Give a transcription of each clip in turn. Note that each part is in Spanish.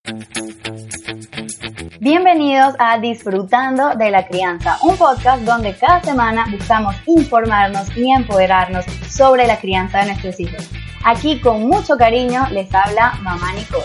Bienvenidos a Disfrutando de la Crianza, un podcast donde cada semana buscamos informarnos y empoderarnos sobre la crianza de nuestros hijos. Aquí con mucho cariño les habla Mamá Nicole.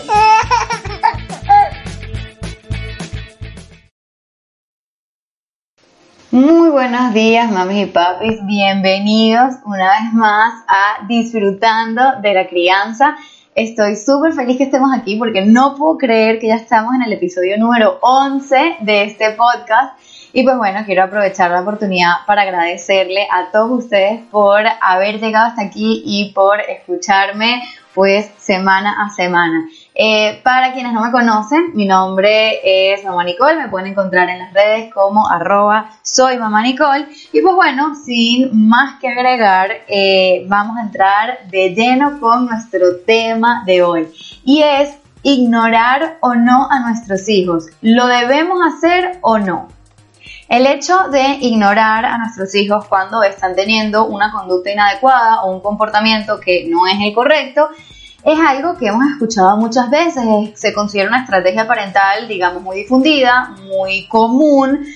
Muy buenos días, mamis y papis, bienvenidos una vez más a Disfrutando de la Crianza. Estoy súper feliz que estemos aquí porque no puedo creer que ya estamos en el episodio número 11 de este podcast. Y pues bueno, quiero aprovechar la oportunidad para agradecerle a todos ustedes por haber llegado hasta aquí y por escucharme pues semana a semana. Para quienes no me conocen, mi nombre es Mamá Nicole, me pueden encontrar en las redes como @soymamanicole. Y pues bueno, sin más que agregar, vamos a entrar de lleno con nuestro tema de hoy. Y es ignorar o no a nuestros hijos. ¿Lo debemos hacer o no? El hecho de ignorar a nuestros hijos cuando están teniendo una conducta inadecuada o un comportamiento que no es el correcto es algo que hemos escuchado muchas veces. Se considera una estrategia parental, digamos, muy difundida, muy común,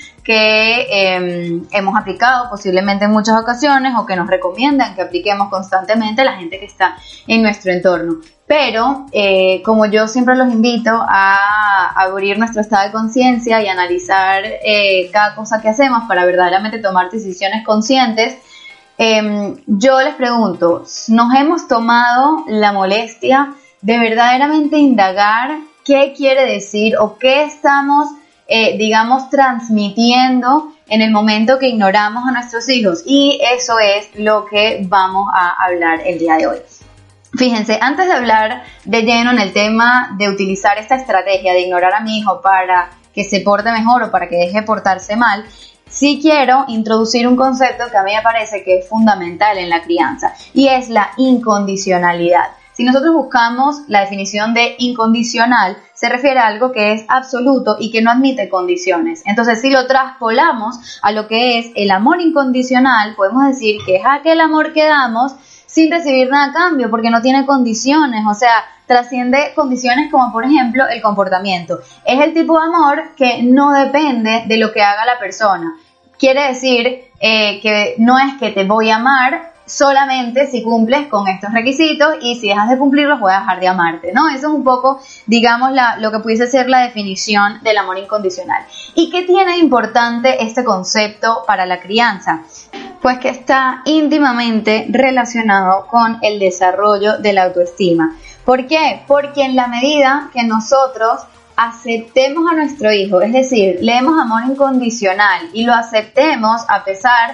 que hemos aplicado posiblemente en muchas ocasiones o que nos recomiendan que apliquemos constantemente la gente que está en nuestro entorno. Pero como yo siempre los invito a abrir nuestro estado de conciencia y analizar cada cosa que hacemos para verdaderamente tomar decisiones conscientes, yo les pregunto, ¿nos hemos tomado la molestia de verdaderamente indagar qué quiere decir o qué estamos transmitiendo en el momento que ignoramos a nuestros hijos? Y eso es lo que vamos a hablar el día de hoy. Fíjense, antes de hablar de lleno en el tema de utilizar esta estrategia de ignorar a mi hijo para que se porte mejor o para que deje de portarse mal, sí quiero introducir un concepto que a mí me parece que es fundamental en la crianza y es la incondicionalidad. Si nosotros buscamos la definición de incondicional, se refiere a algo que es absoluto y que no admite condiciones. Entonces, si lo traspolamos a lo que es el amor incondicional, podemos decir que es aquel amor que damos sin recibir nada a cambio, porque no tiene condiciones, o sea, trasciende condiciones como por ejemplo el comportamiento. Es el tipo de amor que no depende de lo que haga la persona. Quiere decir que no es que te voy a amar solamente si cumples con estos requisitos y si dejas de cumplirlos voy a dejar de amarte, ¿no? Eso es un poco, digamos, lo que pudiese ser la definición del amor incondicional. ¿Y qué tiene de importante este concepto para la crianza? Pues que está íntimamente relacionado con el desarrollo de la autoestima. ¿Por qué? Porque en la medida que nosotros aceptemos a nuestro hijo, es decir, le demos amor incondicional y lo aceptemos a pesar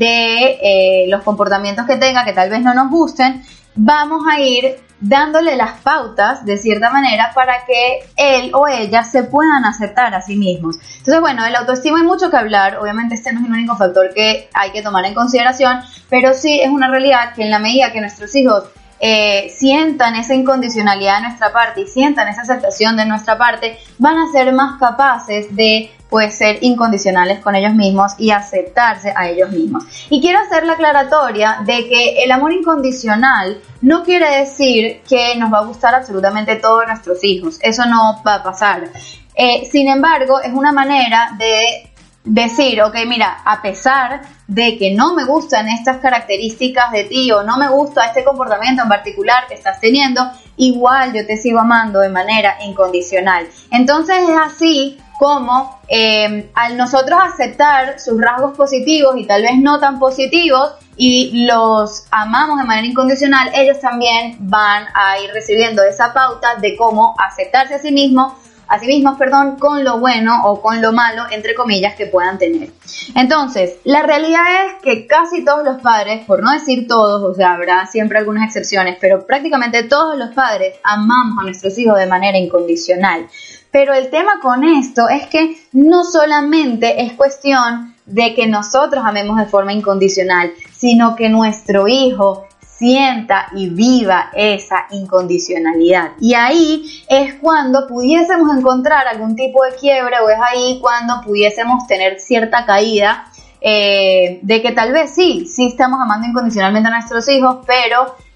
de los comportamientos que tenga, que tal vez no nos gusten, vamos a ir dándole las pautas de cierta manera para que él o ella se puedan aceptar a sí mismos. Entonces, bueno, de la autoestima hay mucho que hablar. Obviamente este no es el único factor que hay que tomar en consideración, pero sí es una realidad que en la medida que nuestros hijos sientan esa incondicionalidad de nuestra parte y sientan esa aceptación de nuestra parte, van a ser más capaces de ser incondicionales con ellos mismos y aceptarse a ellos mismos. Y quiero hacer la aclaratoria de que el amor incondicional no quiere decir que nos va a gustar absolutamente todos nuestros hijos. Eso no va a pasar. Sin embargo, es una manera de decir, ok, mira, a pesar de que no me gustan estas características de ti o no me gusta este comportamiento en particular que estás teniendo, igual yo te sigo amando de manera incondicional. Entonces es así como al nosotros aceptar sus rasgos positivos y tal vez no tan positivos y los amamos de manera incondicional, ellos también van a ir recibiendo esa pauta de cómo aceptarse a sí mismos, con lo bueno o con lo malo, entre comillas, que puedan tener. Entonces, la realidad es que casi todos los padres, por no decir todos, o sea, habrá siempre algunas excepciones, pero prácticamente todos los padres amamos a nuestros hijos de manera incondicional. Pero el tema con esto es que no solamente es cuestión de que nosotros amemos de forma incondicional, sino que nuestro hijo sienta y viva esa incondicionalidad. Y ahí es cuando pudiésemos encontrar algún tipo de quiebre, o es ahí cuando pudiésemos tener cierta caída de que tal vez sí estamos amando incondicionalmente a nuestros hijos, pero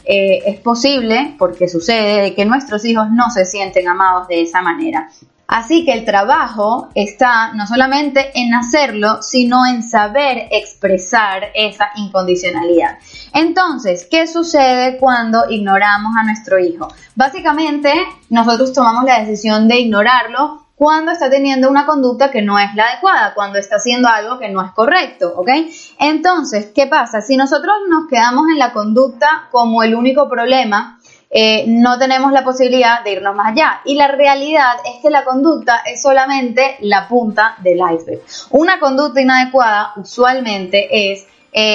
es posible, porque sucede, de que nuestros hijos no se sienten amados de esa manera. Así que el trabajo está no solamente en hacerlo, sino en saber expresar esa incondicionalidad. Entonces, ¿qué sucede cuando ignoramos a nuestro hijo? Básicamente, nosotros tomamos la decisión de ignorarlo cuando está teniendo una conducta que no es la adecuada, cuando está haciendo algo que no es correcto, ¿ok? Entonces, ¿qué pasa? Si nosotros nos quedamos en la conducta como el único problema, no tenemos la posibilidad de irnos más allá. Y la realidad es que la conducta es solamente la punta del iceberg. Una conducta inadecuada usualmente es,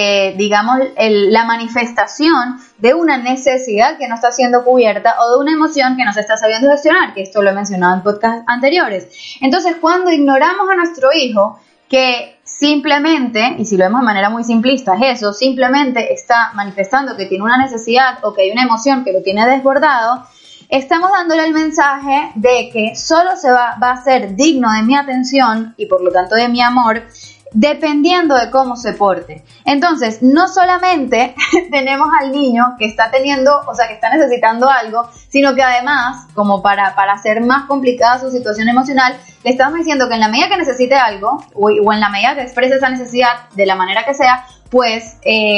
la manifestación de una necesidad que no está siendo cubierta o de una emoción que no se está sabiendo gestionar, que esto lo he mencionado en podcasts anteriores. Entonces, cuando ignoramos a nuestro hijo, que simplemente, y si lo vemos de manera muy simplista, es eso, simplemente está manifestando que tiene una necesidad o que hay una emoción que lo tiene desbordado, estamos dándole el mensaje de que solo va a ser digno de mi atención y por lo tanto de mi amor, dependiendo de cómo se porte. Entonces, no solamente tenemos al niño que está que está necesitando algo, sino que además, como para hacer más complicada su situación emocional, le estamos diciendo que en la medida que necesite algo, o en la medida que exprese esa necesidad, de la manera que sea, pues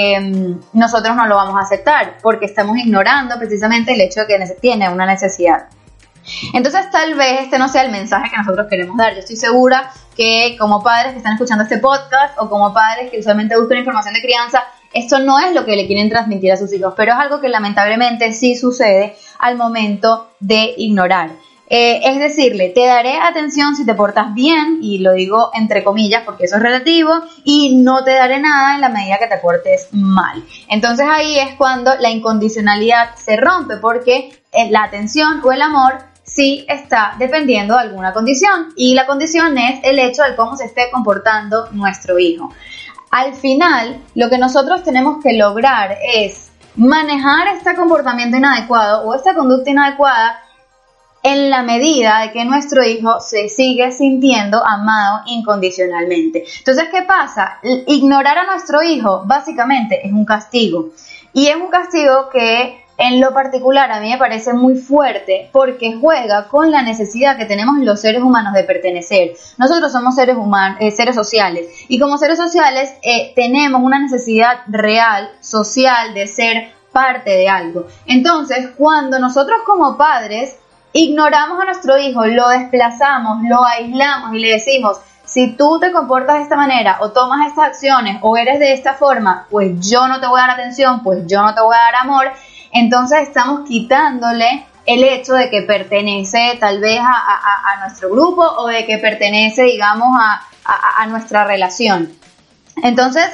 nosotros no lo vamos a aceptar, porque estamos ignorando precisamente el hecho de que tiene una necesidad. Entonces tal vez este no sea el mensaje que nosotros queremos dar. Yo estoy segura que como padres que están escuchando este podcast o como padres que usualmente buscan información de crianza, esto no es lo que le quieren transmitir a sus hijos, pero es algo que lamentablemente sí sucede al momento de ignorar. Es decirle, te daré atención si te portas bien, y lo digo entre comillas porque eso es relativo, y no te daré nada en la medida que te portes mal. Entonces ahí es cuando la incondicionalidad se rompe, porque la atención o el amor sí está dependiendo de alguna condición, y la condición es el hecho de cómo se esté comportando nuestro hijo. Al final, lo que nosotros tenemos que lograr es manejar este comportamiento inadecuado o esta conducta inadecuada en la medida de que nuestro hijo se sigue sintiendo amado incondicionalmente. Entonces, ¿qué pasa? Ignorar a nuestro hijo básicamente es un castigo, y es un castigo que en lo particular a mí me parece muy fuerte, porque juega con la necesidad que tenemos los seres humanos de pertenecer. Nosotros somos seres sociales, y como seres sociales tenemos una necesidad real, social, de ser parte de algo. Entonces, cuando nosotros como padres ignoramos a nuestro hijo, lo desplazamos, lo aislamos y le decimos: si tú te comportas de esta manera o tomas estas acciones o eres de esta forma, pues yo no te voy a dar atención, pues yo no te voy a dar amor. Entonces estamos quitándole el hecho de que pertenece tal vez a nuestro grupo, o de que pertenece, digamos, a nuestra relación. Entonces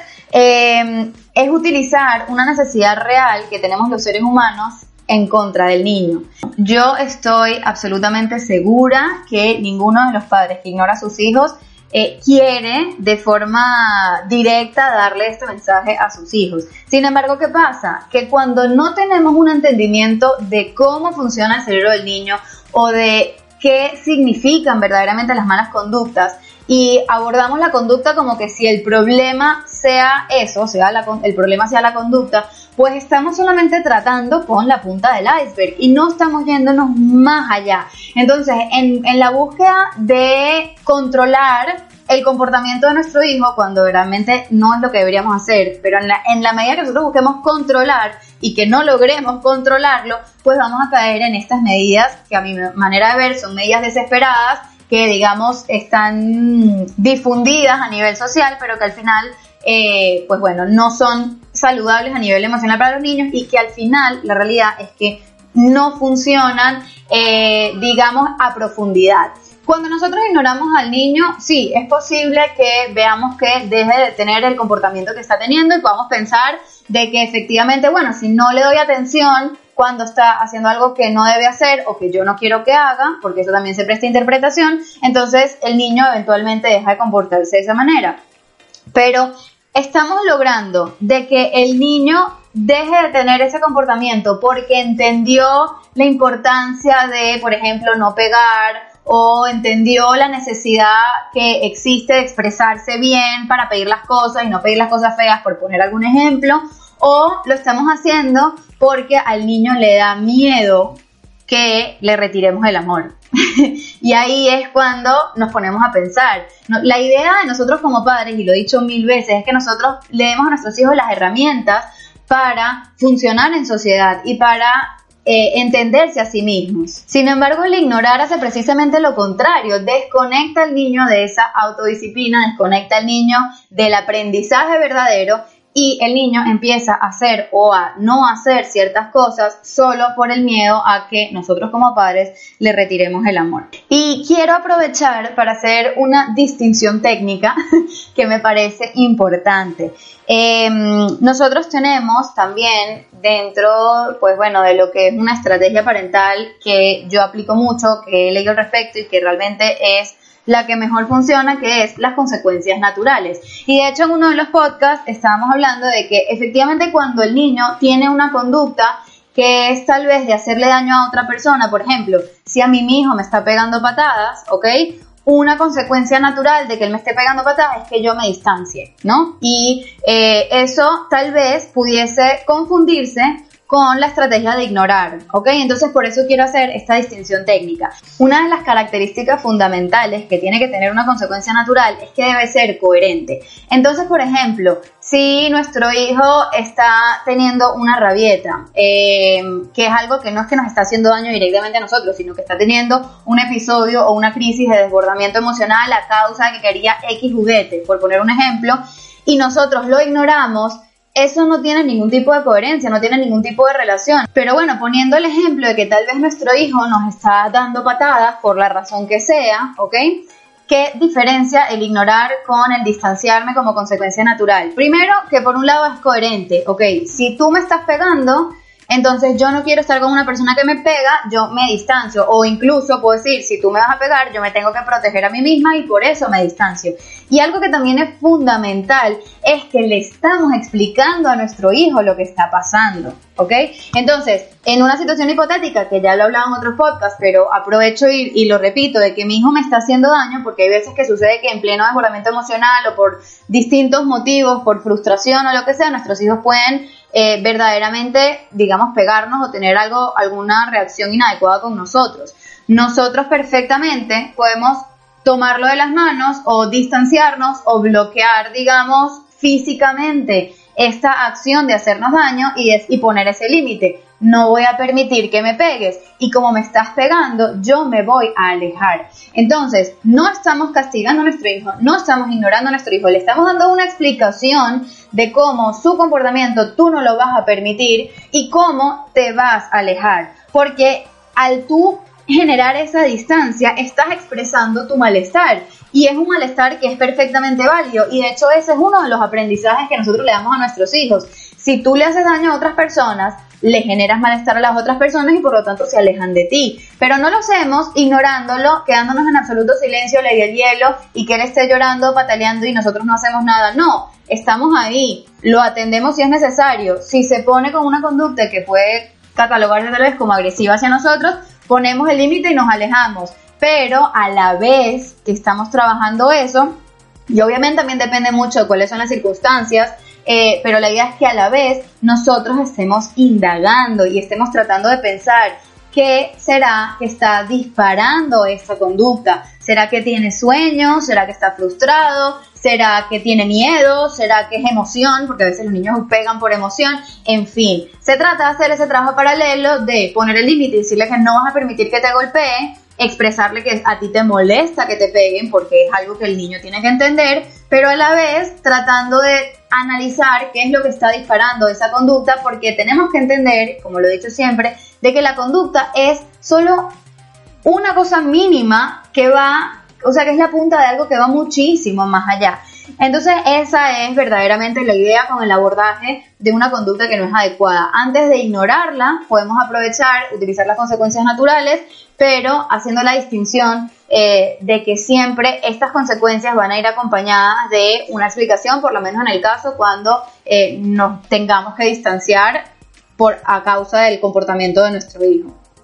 es utilizar una necesidad real que tenemos los seres humanos en contra del niño. Yo estoy absolutamente segura que ninguno de los padres que ignora a sus hijos quiere de forma directa darle este mensaje a sus hijos. Sin embargo, ¿qué pasa? Que cuando no tenemos un entendimiento de cómo funciona el cerebro del niño, o de qué significan verdaderamente las malas conductas, y abordamos la conducta como que si el problema sea eso, el problema sea la conducta, pues estamos solamente tratando con la punta del iceberg y no estamos yéndonos más allá. Entonces, en la búsqueda de controlar el comportamiento de nuestro hijo, cuando realmente no es lo que deberíamos hacer, pero en la medida que nosotros busquemos controlar y que no logremos controlarlo, pues vamos a caer en estas medidas que, a mi manera de ver, son medidas desesperadas, que digamos están difundidas a nivel social, pero que al final pues bueno, no son saludables a nivel emocional para los niños, y que al final la realidad es que no funcionan digamos a profundidad. Cuando nosotros ignoramos al niño, sí, es posible que veamos que deje de tener el comportamiento que está teniendo, y podamos pensar de que efectivamente, bueno, si no le doy atención cuando está haciendo algo que no debe hacer o que yo no quiero que haga, porque eso también se presta a interpretación, entonces el niño eventualmente deja de comportarse de esa manera. Pero estamos logrando de que el niño deje de tener ese comportamiento porque entendió la importancia de, por ejemplo, no pegar, o entendió la necesidad que existe de expresarse bien para pedir las cosas y no pedir las cosas feas, por poner algún ejemplo, o lo estamos haciendo porque al niño le da miedo que le retiremos el amor. Y ahí es cuando nos ponemos a pensar. La idea de nosotros como padres, y lo he dicho 1000 veces, es que nosotros le demos a nuestros hijos las herramientas para funcionar en sociedad y para entenderse a sí mismos. Sin embargo, el ignorar hace precisamente lo contrario, desconecta al niño de esa autodisciplina, desconecta al niño del aprendizaje verdadero, y el niño empieza a hacer o a no hacer ciertas cosas solo por el miedo a que nosotros como padres le retiremos el amor. Y quiero aprovechar para hacer una distinción técnica que me parece importante. Nosotros tenemos también dentro, pues bueno, de lo que es una estrategia parental que yo aplico mucho, que he leído al respecto y que realmente es la que mejor funciona, que es las consecuencias naturales. Y de hecho en uno de los podcasts estábamos hablando de que efectivamente cuando el niño tiene una conducta que es tal vez de hacerle daño a otra persona, por ejemplo, si a mi hijo me está pegando patadas, ¿ok? Una consecuencia natural de que él me esté pegando patadas es que yo me distancie, ¿no? Y eso tal vez pudiese confundirse con la estrategia de ignorar, ¿ok? Entonces por eso quiero hacer esta distinción técnica. Una de las características fundamentales que tiene que tener una consecuencia natural es que debe ser coherente. Entonces, por ejemplo, si nuestro hijo está teniendo una rabieta, que es algo que no es que nos está haciendo daño directamente a nosotros, sino que está teniendo un episodio o una crisis de desbordamiento emocional a causa de que quería X juguete, por poner un ejemplo, y nosotros lo ignoramos, eso no tiene ningún tipo de coherencia, no tiene ningún tipo de relación. Pero bueno, poniendo el ejemplo de que tal vez nuestro hijo nos está dando patadas por la razón que sea, ¿ok? ¿Qué diferencia el ignorar con el distanciarme como consecuencia natural? Primero, que por un lado es coherente, ¿ok? Si tú me estás pegando, entonces yo no quiero estar con una persona que me pega, yo me distancio. O incluso puedo decir, si tú me vas a pegar, yo me tengo que proteger a mí misma y por eso me distancio. Y algo que también es fundamental es que le estamos explicando a nuestro hijo lo que está pasando, ¿ok? Entonces, en una situación hipotética, que ya lo he hablado en otros podcasts, pero aprovecho y lo repito, de que mi hijo me está haciendo daño, porque hay veces que sucede que en pleno desbordamiento emocional o por distintos motivos, por frustración o lo que sea, nuestros hijos pueden verdaderamente, digamos, pegarnos o tener alguna reacción inadecuada con nosotros. Nosotros perfectamente podemos tomarlo de las manos o distanciarnos o bloquear, digamos, físicamente esta acción de hacernos daño y poner ese límite. No voy a permitir que me pegues y como me estás pegando, yo me voy a alejar. Entonces, no estamos castigando a nuestro hijo, no estamos ignorando a nuestro hijo, le estamos dando una explicación de cómo su comportamiento tú no lo vas a permitir y cómo te vas a alejar. Porque al tú generar esa distancia, estás expresando tu malestar. Y es un malestar que es perfectamente válido. Y de hecho ese es uno de los aprendizajes que nosotros le damos a nuestros hijos. Si tú le haces daño a otras personas, le generas malestar a las otras personas y por lo tanto se alejan de ti. Pero no lo hacemos ignorándolo, quedándonos en absoluto silencio, le di el hielo y que él esté llorando, pataleando y nosotros no hacemos nada. No, estamos ahí, lo atendemos si es necesario. Si se pone con una conducta que puede catalogarse tal vez como agresiva hacia nosotros, ponemos el límite y nos alejamos. Pero a la vez que estamos trabajando eso, y obviamente también depende mucho de cuáles son las circunstancias, pero la idea es que a la vez nosotros estemos indagando y estemos tratando de pensar qué será que está disparando esta conducta. ¿Será que tiene sueño? ¿Será que está frustrado? ¿Será que tiene miedo? ¿Será que es emoción? Porque a veces los niños pegan por emoción. En fin, se trata de hacer ese trabajo paralelo de poner el límite y decirle que no vas a permitir que te golpee, expresarle que a ti te molesta que te peguen porque es algo que el niño tiene que entender, pero a la vez tratando de analizar qué es lo que está disparando esa conducta, porque tenemos que entender, como lo he dicho siempre, de que la conducta es solo una cosa mínima que va, o sea, que es la punta de algo que va muchísimo más allá. Entonces esa es verdaderamente la idea con el abordaje de una conducta que no es adecuada. Antes de ignorarla, podemos aprovechar, utilizar las consecuencias naturales, pero haciendo la distinción de que siempre estas consecuencias van a ir acompañadas de una explicación, por lo menos en el caso cuando nos tengamos que distanciar a causa del comportamiento de nuestro hijo.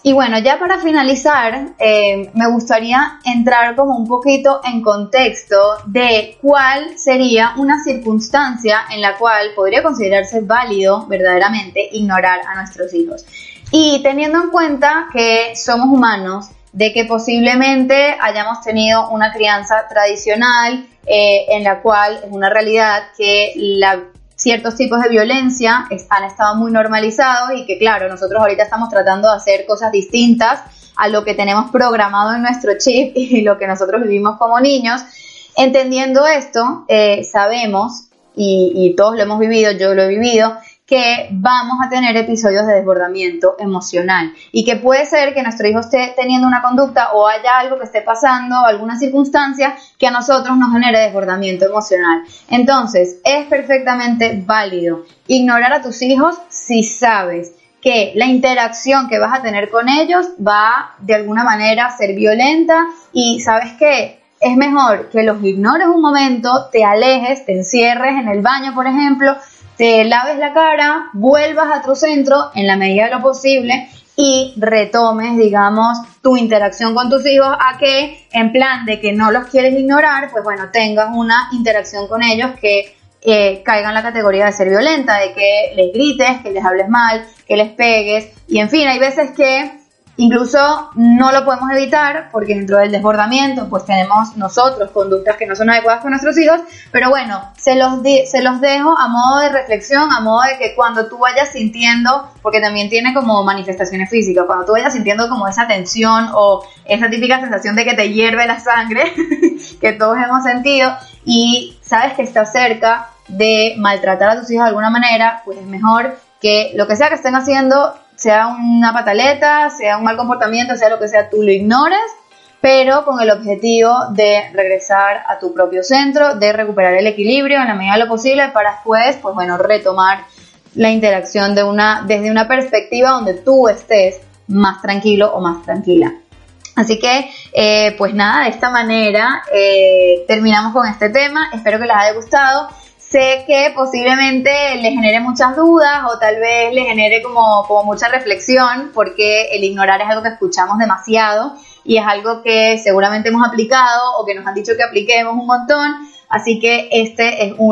Y bueno, ya para finalizar, me gustaría entrar como un poquito en contexto de cuál sería una circunstancia en la cual podría considerarse válido verdaderamente ignorar a nuestros hijos. Y teniendo en cuenta que somos humanos, de que posiblemente hayamos tenido una crianza tradicional en la cual es una realidad que ciertos tipos de violencia han estado muy normalizados y que claro, nosotros ahorita estamos tratando de hacer cosas distintas a lo que tenemos programado en nuestro chip y lo que nosotros vivimos como niños. Entendiendo esto, sabemos, y todos lo hemos vivido, yo lo he vivido, que vamos a tener episodios de desbordamiento emocional y que puede ser que nuestro hijo esté teniendo una conducta o haya algo que esté pasando, alguna circunstancia que a nosotros nos genere desbordamiento emocional. Entonces, es perfectamente válido ignorar a tus hijos si sabes que la interacción que vas a tener con ellos va de alguna manera a ser violenta y sabes que es mejor que los ignores un momento, te alejes, te encierres en el baño, por ejemplo, te laves la cara, vuelvas a tu centro en la medida de lo posible y retomes, digamos, tu interacción con tus hijos a que, en plan de que no los quieres ignorar, pues bueno, tengas una interacción con ellos que caiga en la categoría de ser violenta, de que les grites, que les hables mal, que les pegues y en fin, hay veces que incluso no lo podemos evitar porque dentro del desbordamiento pues tenemos nosotros conductas que no son adecuadas con nuestros hijos, pero bueno, se los dejo a modo de reflexión, a modo de que cuando tú vayas sintiendo, porque también tiene como manifestaciones físicas, cuando tú vayas sintiendo como esa tensión o esa típica sensación de que te hierve la sangre que todos hemos sentido y sabes que estás cerca de maltratar a tus hijos de alguna manera, pues es mejor que lo que sea que estén haciendo, sea una pataleta, sea un mal comportamiento, sea lo que sea, tú lo ignores, pero con el objetivo de regresar a tu propio centro, de recuperar el equilibrio en la medida de lo posible para después, pues bueno, retomar la interacción desde una perspectiva donde tú estés más tranquilo o más tranquila. Así que, pues nada, de esta manera terminamos con este tema. Espero que les haya gustado. Sé que posiblemente les genere muchas dudas o tal vez les genere como mucha reflexión porque el ignorar es algo que escuchamos demasiado y es algo que seguramente hemos aplicado o que nos han dicho que apliquemos un montón. Así que este es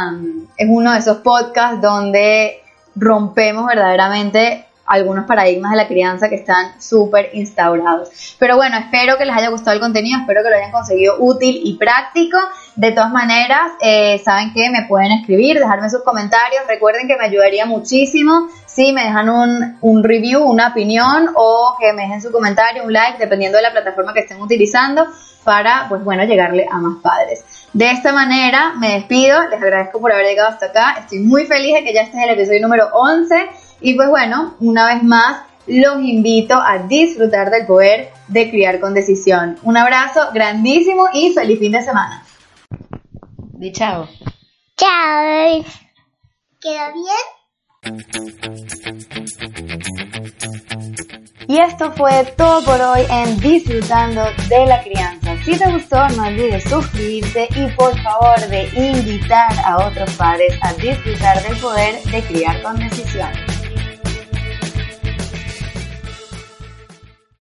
uno de esos podcasts donde rompemos verdaderamente algunos paradigmas de la crianza que están súper instaurados. Pero bueno, espero que les haya gustado el contenido, espero que lo hayan conseguido útil y práctico. De todas maneras, saben que me pueden escribir, dejarme sus comentarios. Recuerden que me ayudaría muchísimo si me dejan un review, una opinión o que me dejen su comentario, un like, dependiendo de la plataforma que estén utilizando para, pues bueno, llegarle a más padres. De esta manera me despido, les agradezco por haber llegado hasta acá. Estoy muy feliz de que ya este es el episodio número 11. Y pues bueno, una vez más, los invito a disfrutar del poder de criar con decisión. Un abrazo grandísimo y feliz fin de semana. Di chao. Chao. ¿Quedó bien? Y esto fue todo por hoy en Disfrutando de la Crianza. Si te gustó, no olvides suscribirte y por favor de invitar a otros padres a disfrutar del poder de criar con decisión.